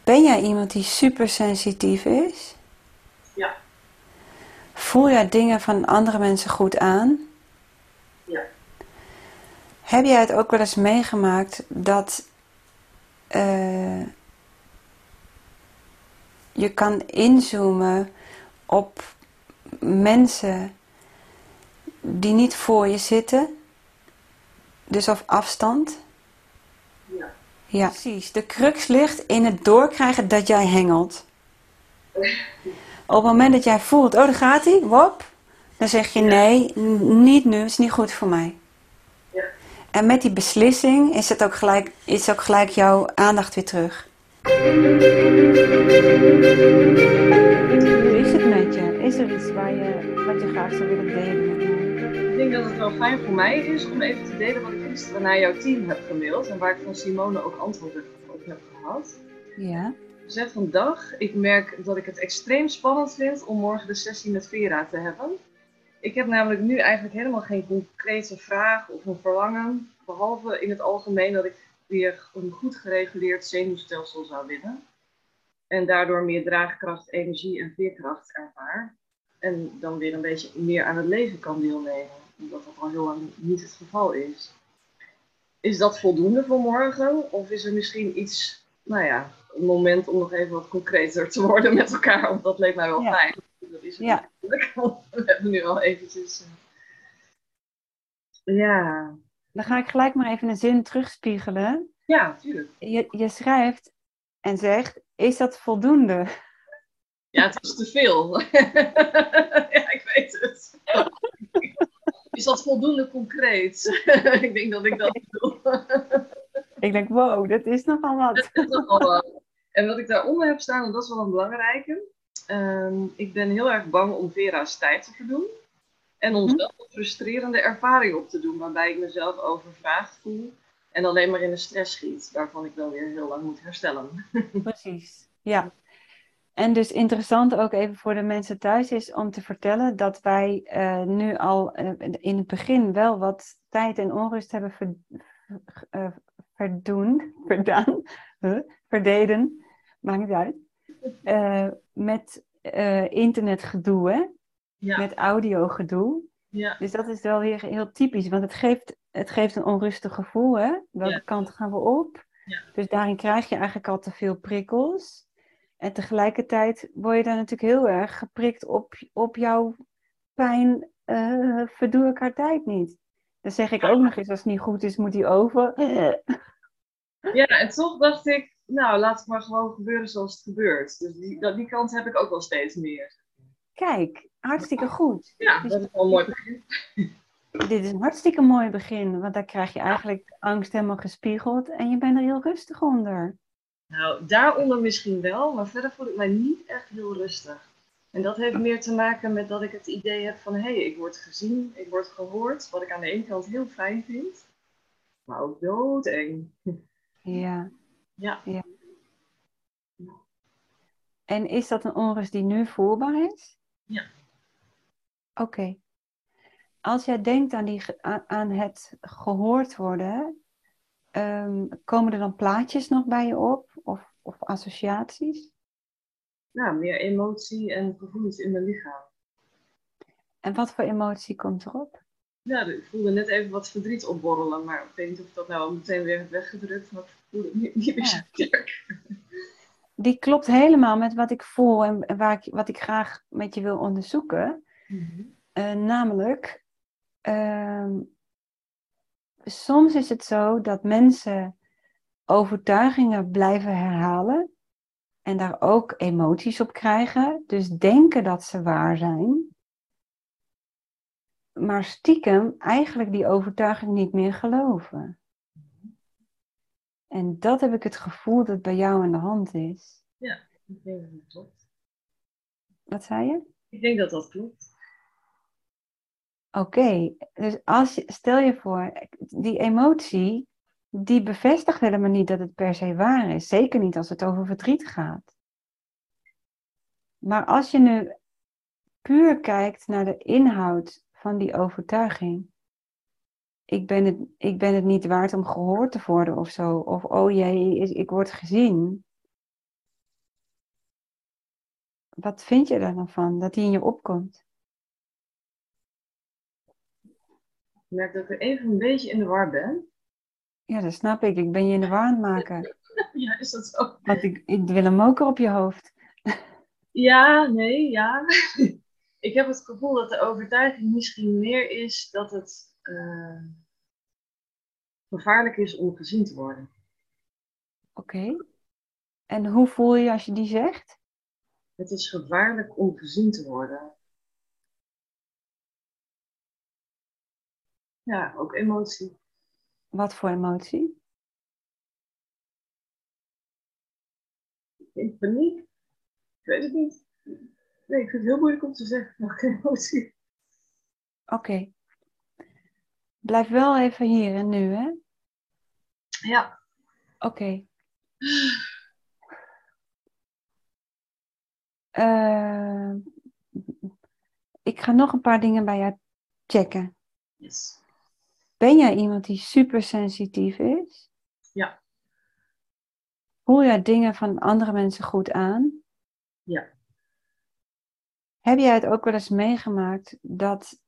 Ben jij iemand die super sensitief is? Ja, Voel jij dingen van andere mensen goed aan? ja, Heb jij het ook wel eens meegemaakt dat eh, je kan inzoomen op mensen die niet voor je zitten, dus op afstand? ja. Ja, precies. De crux ligt in het doorkrijgen dat jij hengelt. Op het moment dat jij voelt, oh daar gaat hij, wop, dan zeg je Ja, nee, niet nu, is niet goed voor mij. ja. En met die beslissing is ook gelijk jouw aandacht weer terug. Hoe is het met je? Is er iets wat je graag zou willen delen met mij? Ik denk dat het wel fijn voor mij is om even te delen wat ik gisteren naar jouw team heb gemaild en waar ik van Simone ook antwoorden op heb gehad. Ja. Zet van dag, ik merk dat ik het extreem spannend vind om morgen de sessie met Vera te hebben. Ik heb namelijk nu eigenlijk helemaal geen concrete vraag of een verlangen, behalve in het algemeen dat ik weer een goed gereguleerd zenuwstelsel zou willen. En daardoor meer draagkracht, energie en veerkracht ervaar. En dan weer een beetje meer aan het leven kan deelnemen. Omdat dat al heel lang niet het geval is. Is dat voldoende voor morgen? Of is er misschien iets, nou ja, een moment om nog even wat concreter te worden met elkaar? Want dat leek mij wel Ja. fijn. Dat is het niet Ja. natuurlijk. Want we hebben nu al eventjes... Ja, Dan ga ik gelijk maar even een zin terugspiegelen. ja, tuurlijk. Je schrijft en zegt, is dat voldoende? Ja, het is te veel. Ja, ik weet het. Is dat voldoende concreet? Ik denk dat ik dat bedoel. Ik denk, wow, dat is nogal wat. Dat is nogal wat. En wat ik daaronder heb staan, en dat is wel een belangrijke. Ik ben heel erg bang om Vera's tijd te verdoen. En om Mhm. zelf een frustrerende ervaring op te doen, waarbij ik mezelf overvraagd voel. En alleen maar in de stress schiet, waarvan ik dan weer heel lang moet herstellen. Precies. Ja. En dus interessant ook even voor de mensen thuis is om te vertellen dat wij nu al in het begin wel wat tijd en onrust hebben eh, verdaan, verdeden, maakt niet uit, met internetgedoe, hè? Ja, Met audiogedoe. ja, Dus dat is wel weer heel typisch, want het geeft een onrustig gevoel, hè? ja, Welke kant gaan we op? ja. Dus daarin krijg je eigenlijk al te veel prikkels. En tegelijkertijd word je daar natuurlijk heel erg geprikt op jouw pijn. Verdoe ik haar tijd niet. Dan zeg ik ook nog eens, als het niet goed is, moet die over. Ja, en toch dacht ik, nou, laat het maar gewoon gebeuren zoals het gebeurt. Dus die kant heb ik ook wel steeds meer. Kijk, hartstikke goed. Ja, Dus dat is wel een mooi begin. dit is een hartstikke mooi begin, want daar krijg je eigenlijk angst helemaal gespiegeld en je bent er heel rustig onder. Nou, daaronder misschien wel, maar verder voel ik mij niet echt heel rustig. En dat heeft meer te maken met dat ik het idee heb van, hé, ik word gezien, ik word gehoord. Wat ik aan de ene kant heel fijn vind, maar ook doodeng. Ja, Ja, ja. En is dat een onrust die nu voelbaar is? ja. Oké. Als jij denkt aan het gehoord worden, komen er dan plaatjes nog bij je op? Of associaties? Nou, meer emotie en gevoelens in mijn lichaam. En wat voor emotie komt erop? Ja, ik voelde net even wat verdriet opborrelen, maar ik weet niet of ik dat nou al meteen weer heb weggedrukt, maar ik voel het niet meer zo Ja. sterk. Die klopt helemaal met wat ik voel en wat ik graag met je wil onderzoeken. Mhm. Namelijk, soms is het zo dat mensen overtuigingen blijven herhalen en daar ook emoties op krijgen. Dus denken dat ze waar zijn, maar stiekem eigenlijk die overtuiging niet meer geloven. En dat heb ik het gevoel dat bij jou aan de hand is. Ja, ik denk dat dat klopt. Wat zei je? Ik denk dat dat klopt. Oké, dus stel je voor, die emotie, die bevestigt helemaal niet dat het per se waar is. Zeker niet als het over verdriet gaat. Maar als je nu puur kijkt naar de inhoud van die overtuiging. Ik ben het niet waard om gehoord te worden of zo. Of oh jee, ik word gezien. wat vind je daar dan van, dat die in je opkomt? Ik merk dat ik even een beetje in de war ben. Ja, dat snap ik. Ik ben je in de war aan het maken. Ja, is dat zo? Want ik wil een moker op je hoofd. Ja, nee, ja. Ik heb het gevoel dat de overtuiging misschien meer is dat het gevaarlijk is om gezien te worden. Oké. En hoe voel je als je die zegt? Het is gevaarlijk om gezien te worden. Ja, ook emotie. Wat voor emotie? In paniek? Ik weet het niet. Nee, ik vind het heel moeilijk om te zeggen welke emotie. Oké. Blijf wel even hier en nu, hè? Ja. Oké. Eh, ik ga nog een paar dingen bij jou checken. Yes. Ben jij iemand die super sensitief is? Ja. Voel jij dingen van andere mensen goed aan? Ja. Heb jij het ook wel eens meegemaakt dat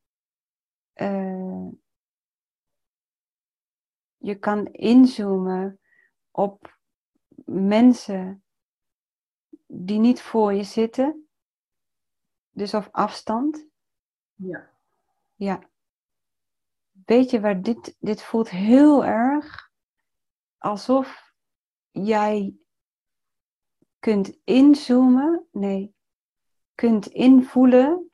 je kan inzoomen op mensen die niet voor je zitten? Dus op afstand? Ja. Ja. Weet je waar dit voelt heel erg alsof jij kunt inzoomen, nee, kunt invoelen.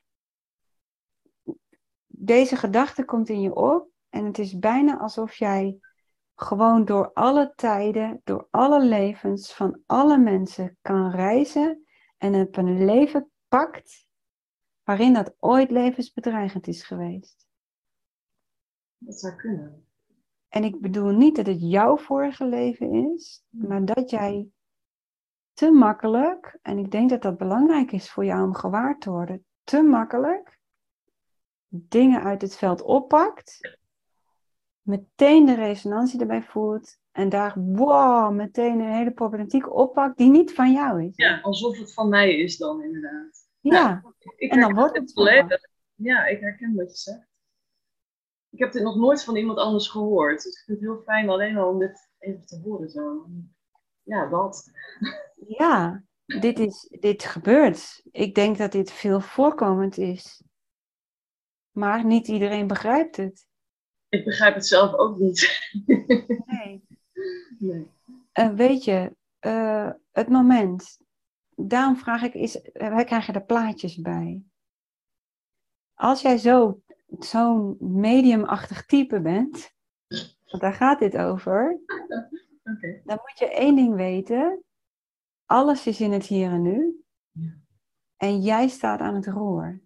Deze gedachte komt in je op en het is bijna alsof jij gewoon door alle tijden, door alle levens van alle mensen kan reizen en op een leven pakt waarin dat ooit levensbedreigend is geweest. Dat zou kunnen. En ik bedoel niet dat het jouw vorige leven is, maar dat jij te makkelijk, en ik denk dat dat belangrijk is voor jou om gewaar te worden, te makkelijk dingen uit het veld oppakt, meteen de resonantie erbij voelt en daar wow, meteen een hele problematiek oppakt die niet van jou is. Ja, alsof het van mij is dan inderdaad. Ja, Ik en dan herken wordt het het zo. volledig. Ja, ik herken wat je zegt. Ik heb dit nog nooit van iemand anders gehoord. Dus ik vind het heel fijn alleen al om dit even te horen zo. Ja, dat. Ja, dit gebeurt. Ik denk dat dit veel voorkomend is. Maar niet iedereen begrijpt het. Ik begrijp het zelf ook niet. Nee. Nee. Weet je, het moment. Daarom vraag ik, wij krijgen er plaatjes bij. Als jij zo'n mediumachtig type bent, want daar gaat dit over, Okay. dan moet je één ding weten. Alles is in het hier en nu. Ja. En jij staat aan het roer.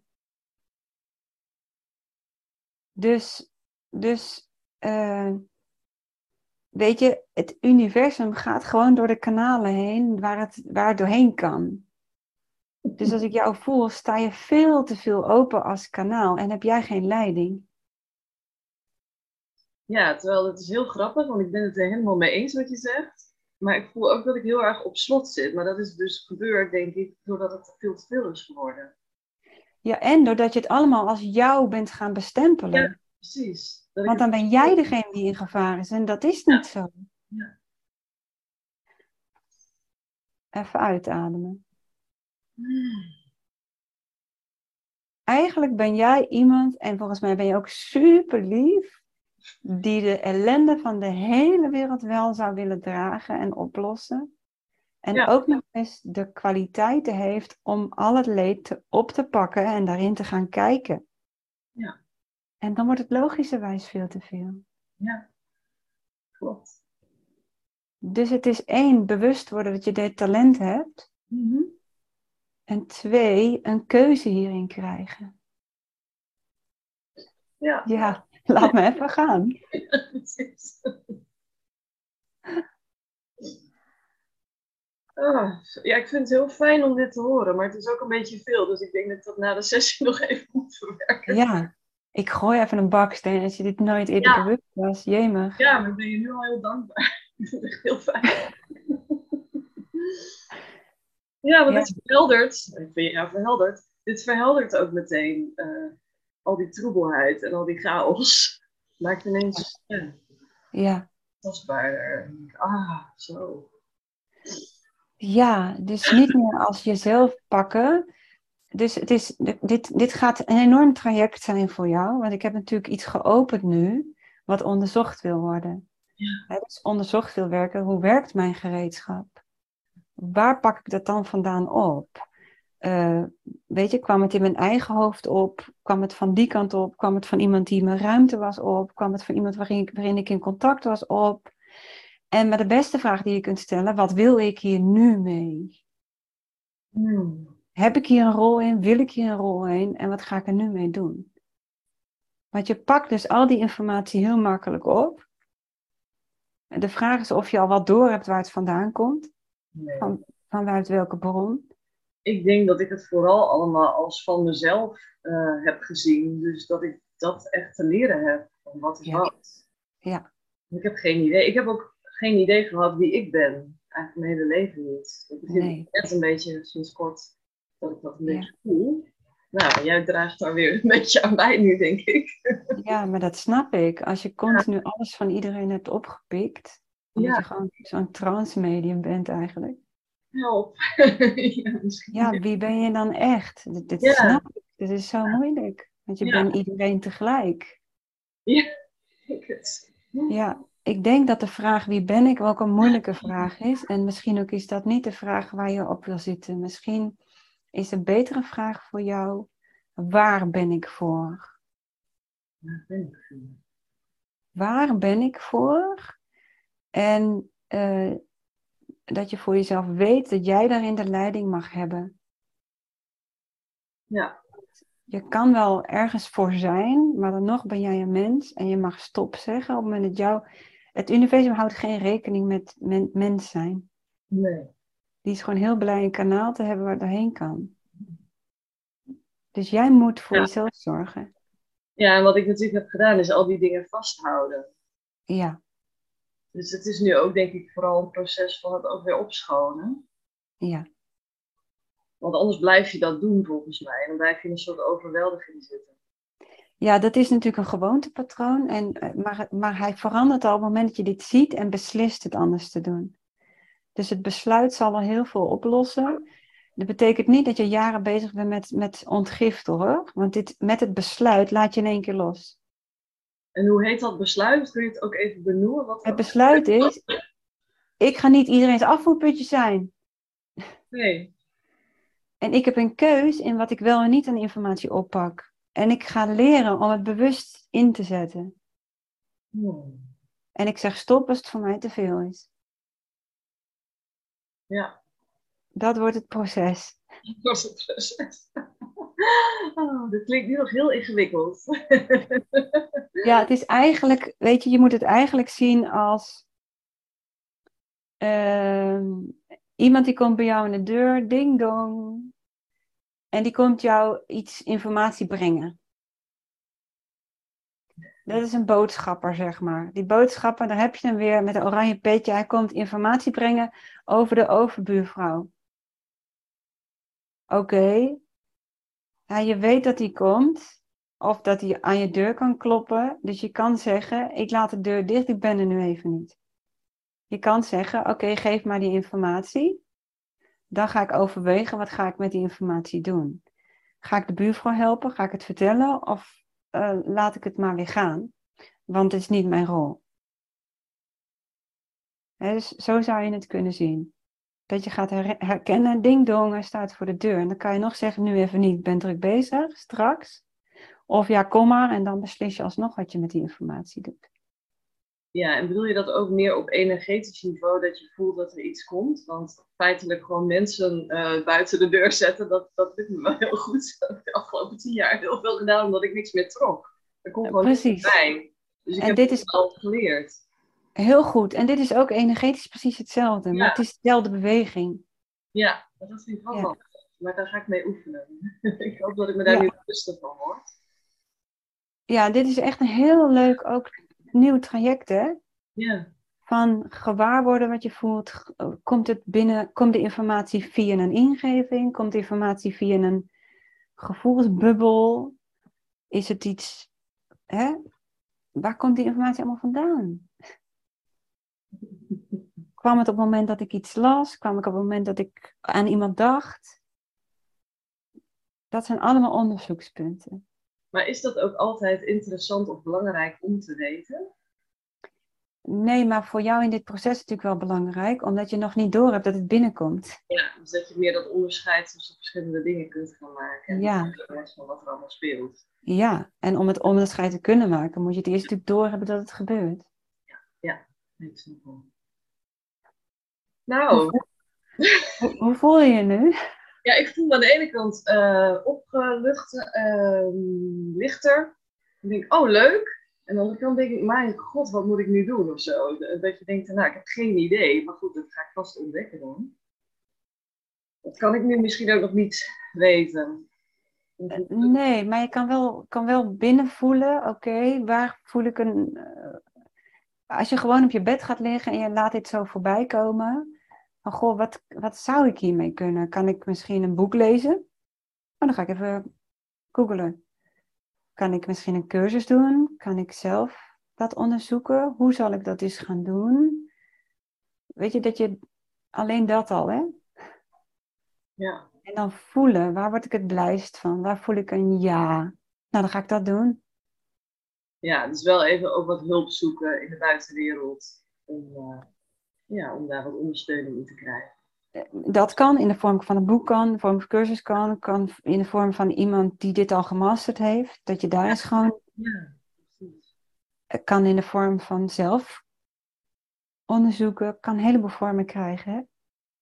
Dus weet je, het universum gaat gewoon door de kanalen heen waar het doorheen kan. Dus als ik jou voel, sta je veel te veel open als kanaal en heb jij geen leiding. Ja, terwijl het is heel grappig, want ik ben het er helemaal mee eens wat je zegt. Maar ik voel ook dat ik heel erg op slot zit. Maar dat is dus gebeurd, denk ik, doordat het veel te veel is geworden. Ja, en doordat je het allemaal als jou bent gaan bestempelen. Ja, precies. Dat ik Want het dan ben jij degene die in gevaar is en dat is niet zo. Ja. Even uitademen. Eigenlijk ben jij iemand, en volgens mij ben je ook super lief, die de ellende van de hele wereld wel zou willen dragen en oplossen. En ook nog eens de kwaliteiten heeft om al het leed op te pakken en daarin te gaan kijken. Ja. En dan wordt het logischerwijs veel te veel. Ja, klopt. Dus het is één, bewust worden dat je dit talent hebt. Mm-hmm. En twee, een keuze hierin krijgen. Ja. Ja, laat me even gaan. Ja, precies. Ja, ik vind het heel fijn om dit te horen, maar het is ook een beetje veel. Dus ik denk dat ik dat na de sessie nog even moet verwerken. Ja, ik gooi even een baksteen als je dit nooit eerder bewust was. Jemig. Ja, maar ik ben je nu al heel dankbaar. Ik vind het echt heel fijn. Ja, want Ja, dit verheldert, ik vind ja, verhelderd, dit verheldert ook meteen al die troebelheid en al die chaos. Maakt ineens ja. tastbaarder. En ik denk, ah, zo. Ja, dus niet meer als jezelf pakken. Dus het is, dit gaat een enorm traject zijn voor jou. Want ik heb natuurlijk iets geopend nu, wat onderzocht wil worden. Ja. Dus onderzocht wil werken, hoe werkt mijn gereedschap? Waar pak ik dat dan vandaan op? Weet je, kwam het in mijn eigen hoofd op? Kwam het van die kant op? Kwam het van iemand die in mijn ruimte was op? Kwam het van iemand waarin ik in contact was op? Maar de beste vraag die je kunt stellen, wat wil ik hier nu mee? Heb ik hier een rol in? Wil ik hier een rol in? En wat ga ik er nu mee doen? Want je pakt dus al die informatie heel makkelijk op. De vraag is of je al wat door hebt waar het vandaan komt. Nee. Vanuit welke bron. Ik denk dat ik het vooral allemaal als van mezelf heb gezien. Dus dat ik dat echt te leren heb van wat is Ja. wat. Ja. Ik heb geen idee. Ik heb ook geen idee gehad wie ik ben. Eigenlijk mijn hele leven niet. Ik begin Nee. net een beetje sinds kort dat ik dat een beetje Ja. voel. Nou, jij draagt daar weer een beetje aan bij nu, denk ik. Ja, maar dat snap ik. Als je continu alles van iedereen hebt opgepikt, omdat je Ja, gewoon zo'n trance-medium bent eigenlijk. help. Ja, misschien. Ja, wie ben je dan echt? Dit Ja, snap ik. Dit is zo moeilijk. Want je ja, bent iedereen tegelijk. ja. Ik het. Ja, ik denk dat de vraag wie ben ik ook een moeilijke vraag is. En misschien ook is dat niet de vraag waar je op wil zitten. Misschien is een betere vraag voor jou, waar ben ik voor? Waar ben ik voor? Waar ben ik voor? En dat je voor jezelf weet dat jij daarin de leiding mag hebben. Ja, Je kan wel ergens voor zijn, maar dan nog ben jij een mens en je mag stop zeggen op het moment dat het universum houdt geen rekening met mens zijn. nee. Die is gewoon heel blij een kanaal te hebben waar het doorheen kan. Dus jij moet voor Ja. jezelf zorgen. Ja, en wat ik natuurlijk heb gedaan is al die dingen vasthouden. Ja, Dus het is nu ook denk ik vooral een proces van het ook weer opschonen. ja. Want anders blijf je dat doen volgens mij. En dan blijf je in een soort overweldiging zitten. Ja, dat is natuurlijk een gewoontepatroon. Maar hij verandert al op het moment dat je dit ziet en beslist het anders te doen. Dus het besluit zal al heel veel oplossen. Dat betekent niet dat je jaren bezig bent met ontgiften hoor. Want met het besluit laat je in één keer los. En hoe heet dat besluit? Kun je het ook even benoemen? Het besluit is, ik ga niet iedereen's afvoerputje zijn. Nee. En ik heb een keus in wat ik wel en niet aan informatie oppak. En ik ga leren om het bewust in te zetten. En ik zeg stop als het voor mij te veel is. Ja, Dat wordt het proces. dat was het proces. Oh, dat klinkt nu nog heel ingewikkeld. Ja, het is eigenlijk, weet je, je moet het eigenlijk zien als iemand die komt bij jou in de deur, ding dong. En die komt jou iets informatie brengen. Dat is een boodschapper, zeg maar. Die boodschapper, daar heb je hem weer met een oranje petje. Hij komt informatie brengen over de overbuurvrouw. Oké. Ja, je weet dat hij komt. Of dat hij aan je deur kan kloppen. Dus je kan zeggen, ik laat de deur dicht, ik ben er nu even niet. Je kan zeggen, oké, geef maar die informatie. Dan ga ik overwegen, wat ga ik met die informatie doen? Ga ik de buurvrouw helpen? Ga ik het vertellen? Of laat ik het maar weer gaan? Want het is niet mijn rol. Dus zo zou je het kunnen zien. Dat je gaat herkennen, ding dong, hij staat voor de deur. En dan kan je nog zeggen, nu even niet, ik ben druk bezig, straks. Of ja, kom maar en dan beslis je alsnog wat je met die informatie doet. Ja, en bedoel je dat ook meer op energetisch niveau, dat je voelt dat er iets komt? Want feitelijk gewoon mensen buiten de deur zetten, dat lukt me wel heel goed. Dat heb ik de afgelopen 10 jaar heel veel gedaan, omdat ik niks meer trok. Er komt gewoon niks Precies. bij. Dus ik En heb dit het is al geleerd. heel goed. En dit is ook energetisch precies hetzelfde. Maar Ja, het is dezelfde beweging. ja, dat vind ik wel Ja. wel. Maar daar ga ik mee oefenen. Ik hoop dat ik me daar Ja. nu bewuster van word. Ja, dit is echt een heel leuk ook nieuw traject, hè? Ja, van gewaar worden wat je voelt. Komt het binnen, komt de informatie via een ingeving? Komt de informatie via een gevoelsbubbel? Is het iets, hè? Waar komt die informatie allemaal vandaan? Kwam het op het moment dat ik iets las? Kwam ik op het moment dat ik aan iemand dacht? Dat zijn allemaal onderzoekspunten. Maar is dat ook altijd interessant of belangrijk om te weten? Nee, maar voor jou in dit proces is het natuurlijk wel belangrijk, omdat je nog niet door hebt dat het binnenkomt. Ja, dus dat je meer dat onderscheid tussen verschillende dingen kunt gaan maken. En Ja. de rest van wat er allemaal speelt. Ja, en om het onderscheid te kunnen maken, moet je het eerst natuurlijk doorhebben dat het gebeurt. Ja, niet simpel. Nou, Hoe voel je je nu? ja, ik voel me aan de ene kant opgelucht, lichter. Ik denk, oh leuk. En aan de andere kant denk ik, mijn god, wat moet ik nu doen of zo. Dat je denkt, nou, ik heb geen idee. Maar goed, dat ga ik vast ontdekken dan. Dat kan ik nu misschien ook nog niet weten. Nee, maar je kan wel binnenvoelen, oké, waar voel ik een... als je gewoon op je bed gaat liggen en je laat dit zo voorbij komen, van goh, wat zou ik hiermee kunnen? Kan ik misschien een boek lezen? Oh, dan ga ik even googlen. Kan ik misschien een cursus doen? Kan ik zelf dat onderzoeken? Hoe zal ik dat eens gaan doen? Weet je, dat je alleen dat al, hè? Ja. En dan voelen, waar word ik het blijst van? Waar voel ik een ja? Nou, dan ga ik dat doen. Ja, dus wel even ook wat hulp zoeken in de buitenwereld. Om daar wat ondersteuning in te krijgen. Dat kan in de vorm van een boek, kan in de vorm van cursus, kan in de vorm van iemand die dit al gemasterd heeft. Dat je daar eens gewoon... Ja, precies. Kan in de vorm van zelf onderzoeken. Kan een heleboel vormen krijgen, hè?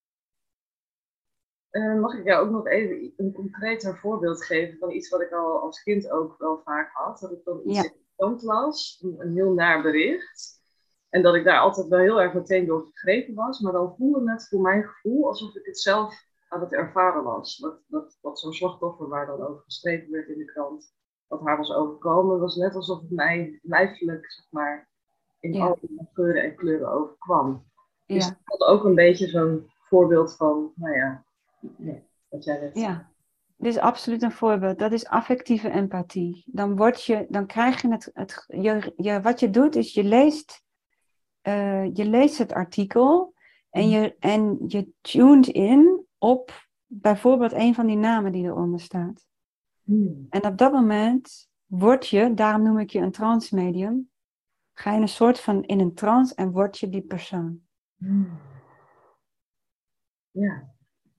Mag ik jou ook nog even een concreter voorbeeld geven van iets wat ik al als kind ook wel vaak had? Dat ik dan iets Ja. in de krant las, een heel naar bericht. En dat ik daar altijd wel heel erg meteen door gegrepen was. Maar dan voelde het voor mijn gevoel alsof ik het zelf aan het ervaren was. Wat zo'n slachtoffer waar dan over geschreven werd in de krant, wat haar was overkomen, was net alsof het mij lijfelijk, zeg maar, in Ja. alle geuren en kleuren overkwam. Is Ja. dat ook een beetje zo'n voorbeeld van, nou ja, wat jij net zei? Ja. Dit is absoluut een voorbeeld. Dat is affectieve empathie. Dan krijg je wat je doet is je leest het artikel en je tuned in op bijvoorbeeld een van die namen die eronder staat. En op dat moment daarom noem ik je een transmedium, ga je een soort van in een trance en word je die persoon. Ja.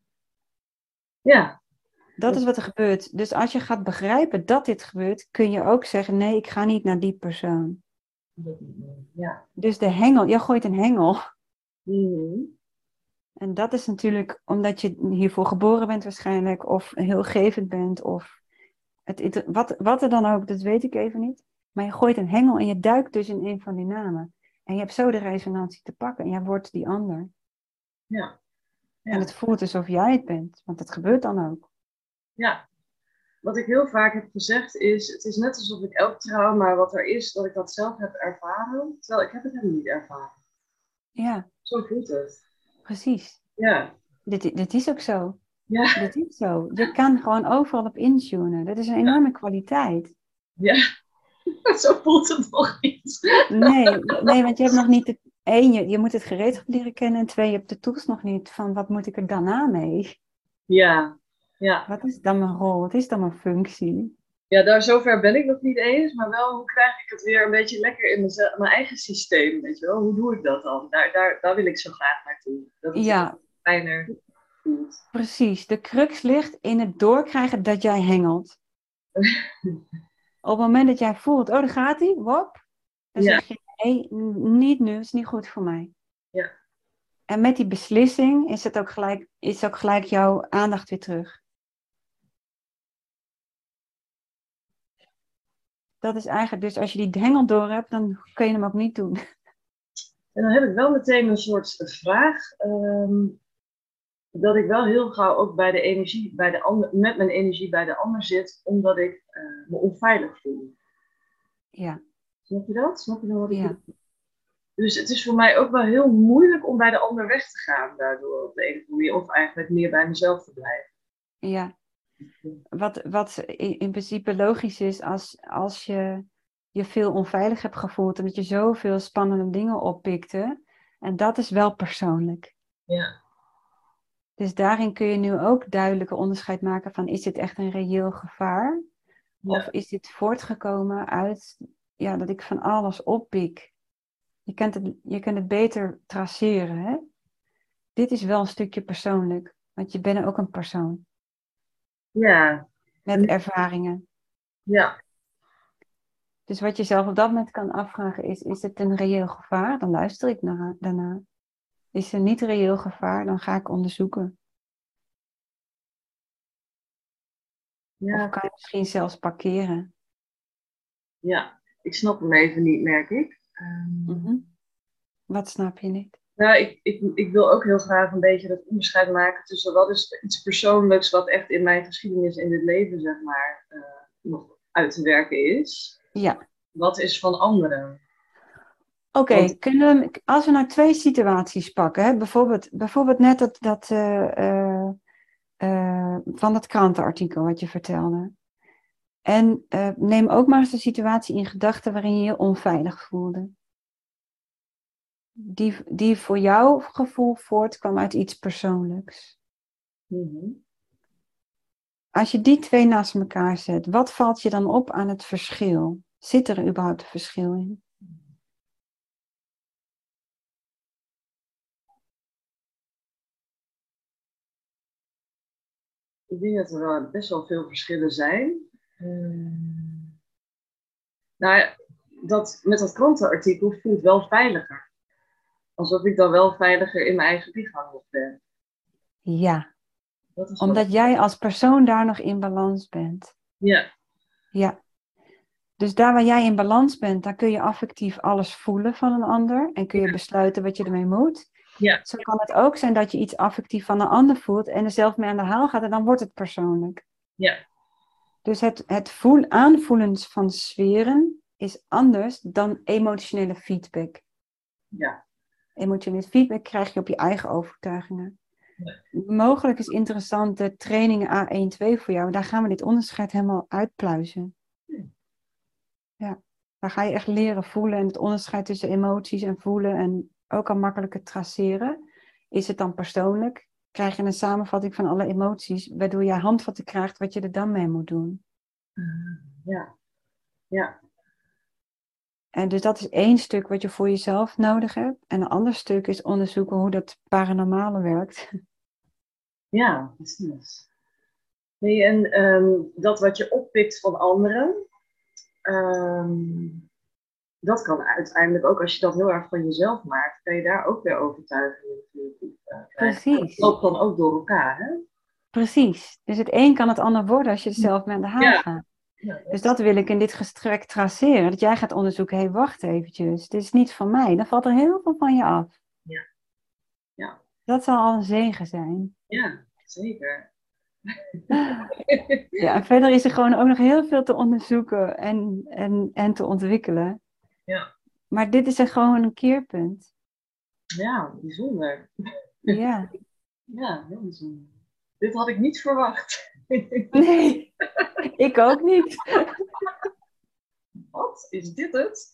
Ja. Dat is wat er gebeurt. Dus als je gaat begrijpen dat dit gebeurt, kun je ook zeggen, nee, ik ga niet naar die persoon. Ja. Dus de hengel, je gooit een hengel. Mm-hmm. En dat is natuurlijk omdat je hiervoor geboren bent waarschijnlijk, of heel gevend bent, of wat er dan ook, dat weet ik even niet. Maar je gooit een hengel en je duikt dus in een van die namen. En je hebt zo de resonantie te pakken en jij wordt die ander. Ja. Ja. En het voelt alsof jij het bent, want dat gebeurt dan ook. Ja. Wat ik heel vaak heb gezegd is, het is net alsof ik elk trauma wat er is, dat ik dat zelf heb ervaren, terwijl ik heb het helemaal niet ervaren. Ja. Zo voelt het. Precies. Ja. Dit is ook zo. Ja. Dit is zo. Je kan gewoon overal op intunen. Dat is een enorme kwaliteit. Ja. Zo voelt het nog niet. Nee, want je hebt nog niet je moet het gereedschap leren kennen. En twee, je hebt de tools nog niet van wat moet ik er daarna mee? Ja. Ja. Wat is dan mijn rol? Wat is dan mijn functie? Ja, daar zover ben ik nog niet eens, maar wel hoe krijg ik het weer een beetje lekker in mijn eigen systeem, weet je wel? Hoe doe ik dat dan? Daar wil ik zo graag naartoe. Dat het fijner voelt. Precies. De crux ligt in het doorkrijgen dat jij hengelt. Op het moment dat jij voelt, oh, daar gaat hij, wop. Dan zeg je, nee, niet nu, is niet goed voor mij. Ja. En met die beslissing is ook gelijk jouw aandacht weer terug. Dat is eigenlijk, dus als je die hengel door hebt, dan kun je hem ook niet doen. En dan heb ik wel meteen een soort vraag. Dat ik wel heel gauw ook bij de energie, bij de ander, met mijn energie bij de ander zit, omdat ik me onveilig voel. Ja. Snap je dat? Snap je dan wat ik bedoel? Dus het is voor mij ook wel heel moeilijk om bij de ander weg te gaan daardoor op de een of andere manier. Of eigenlijk meer bij mezelf te blijven. Ja. Wat in principe logisch is als je je veel onveilig hebt gevoeld en dat je zoveel spannende dingen oppikte. En dat is wel persoonlijk. Ja. Dus daarin kun je nu ook duidelijke onderscheid maken van is dit echt een reëel gevaar? Ja. Of is dit voortgekomen uit dat ik van alles oppik? Je kunt het beter traceren. Hè? Dit is wel een stukje persoonlijk, want je bent ook een persoon. Ja. Met ervaringen. Ja. Dus wat je zelf op dat moment kan afvragen is het een reëel gevaar? Dan luister ik daarna. Is er niet reëel gevaar? Dan ga ik onderzoeken. Ja. Of kan je misschien zelfs parkeren. Ja, ik snap hem even niet, merk ik. Wat snap je niet? Nou, ik wil ook heel graag een beetje dat onderscheid maken tussen wat is iets persoonlijks wat echt in mijn geschiedenis in dit leven, zeg maar, nog uit te werken is. Ja. Wat is van anderen? Oké, als we nou twee situaties pakken, hè, bijvoorbeeld net dat van dat krantenartikel wat je vertelde. En neem ook maar eens de situatie in gedachten waarin je je onveilig voelde. Die voor jouw gevoel voortkwam uit iets persoonlijks. Mm-hmm. Als je die twee naast elkaar zet, wat valt je dan op aan het verschil? Zit er überhaupt een verschil in? Ik denk dat er wel best wel veel verschillen zijn. Nou, met dat krantenartikel voelt wel veiliger. Alsof ik dan wel veiliger in mijn eigen lichaam nog ben. Ja, Dat is omdat jij als persoon daar nog in balans bent. Ja. Ja. Dus daar waar jij in balans bent, daar kun je affectief alles voelen van een ander. En kun je besluiten wat je ermee moet. Ja. Zo kan het ook zijn dat je iets affectief van een ander voelt en er zelf mee aan de haal gaat en dan wordt het persoonlijk. Ja. Dus het aanvoelen van sferen is anders dan emotionele feedback. Ja. Emotionele feedback krijg je op je eigen overtuigingen. Ja. Mogelijk is interessant de trainingen A1-2 voor jou. Daar gaan we dit onderscheid helemaal uitpluizen. Ja, daar ga je echt leren voelen en het onderscheid tussen emoties en voelen en ook al makkelijker traceren. Is het dan persoonlijk? Krijg je een samenvatting van alle emoties, waardoor je handvatten krijgt wat je er dan mee moet doen. Ja. Ja. En dus dat is één stuk wat je voor jezelf nodig hebt. En een ander stuk is onderzoeken hoe dat paranormale werkt. Ja, precies. Nee, en dat wat je oppikt van anderen, dat kan uiteindelijk ook, als je dat heel erg van jezelf maakt, kan je daar ook weer overtuigingen natuurlijk krijgen. Precies. Dat loopt dan ook door elkaar, hè? Precies. Dus het een kan het ander worden als je er zelf mee aan de haal gaat. Ja, Dus dat wil ik in dit gesprek traceren. Dat jij gaat onderzoeken, hé, wacht eventjes. Dit is niet van mij. Dan valt er heel veel van je af. Ja. Ja. Dat zal al een zegen zijn. Ja, zeker. Ja, en verder is er gewoon ook nog heel veel te onderzoeken en te ontwikkelen. Ja. Maar dit is er gewoon een keerpunt. Ja, bijzonder. Ja. Ja, heel bijzonder. Dit had ik niet verwacht. Nee, ik ook niet. Wat? Is dit het?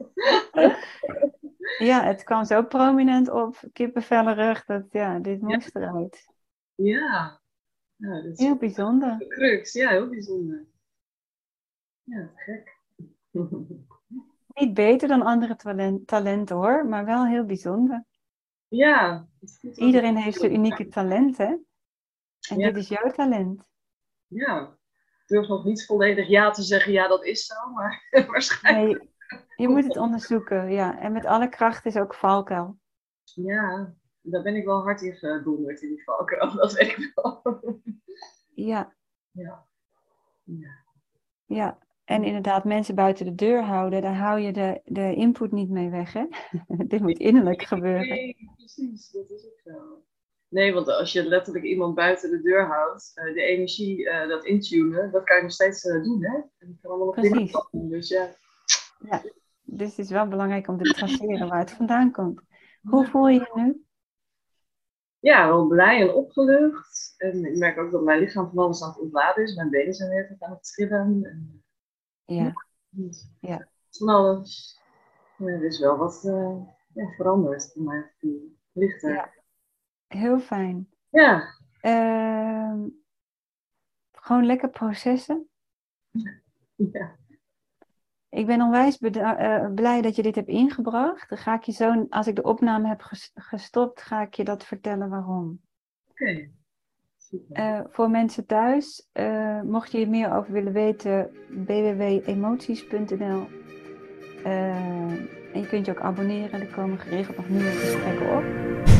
Ja, het kwam zo prominent op. Kippenvellerig. Dit moest eruit. Ja. Nou, dat is heel bijzonder. De crux, ja, heel bijzonder. Ja, gek. Niet beter dan andere talenten hoor, maar wel heel bijzonder. Ja. Iedereen heeft zijn unieke talent, hè? En dit is jouw talent. Ja. Ik durf nog niet volledig ja te zeggen, ja, dat is zo, maar waarschijnlijk. Nee, je moet het onderzoeken, ja. En met alle kracht is ook valkuil. Ja, daar ben ik wel hard in gedonderd in die valkuil, dat weet ik wel. Ja. Ja. Ja. Ja, en inderdaad, mensen buiten de deur houden, daar hou je de input niet mee weg, hè? Dit moet innerlijk gebeuren. Nee, precies, dat is ook zo. Nee, want als je letterlijk iemand buiten de deur houdt, de energie, dat intunen, dat kan je nog steeds doen, hè? En kan allemaal nog dingen doen, dus ja. Dus het is wel belangrijk om te traceren waar het vandaan komt. Hoe voel je je nu? Ja, wel blij en opgelucht. En ik merk ook dat mijn lichaam van alles aan het ontladen is. Mijn benen zijn net aan het trillen. En Ja, ja, van alles. Ja, er is wel wat veranderd voor mij. Lichter. ja. Heel fijn. Ja. Gewoon lekker processen. Ja. Ik ben onwijs blij dat je dit hebt ingebracht. Dan ga ik je zo, als ik de opname heb gestopt, ga ik je dat vertellen waarom. Oké. Voor mensen thuis, mocht je er meer over willen weten, www.emoties.nl. En je kunt je ook abonneren, er komen geregeld nog nieuwe gesprekken op.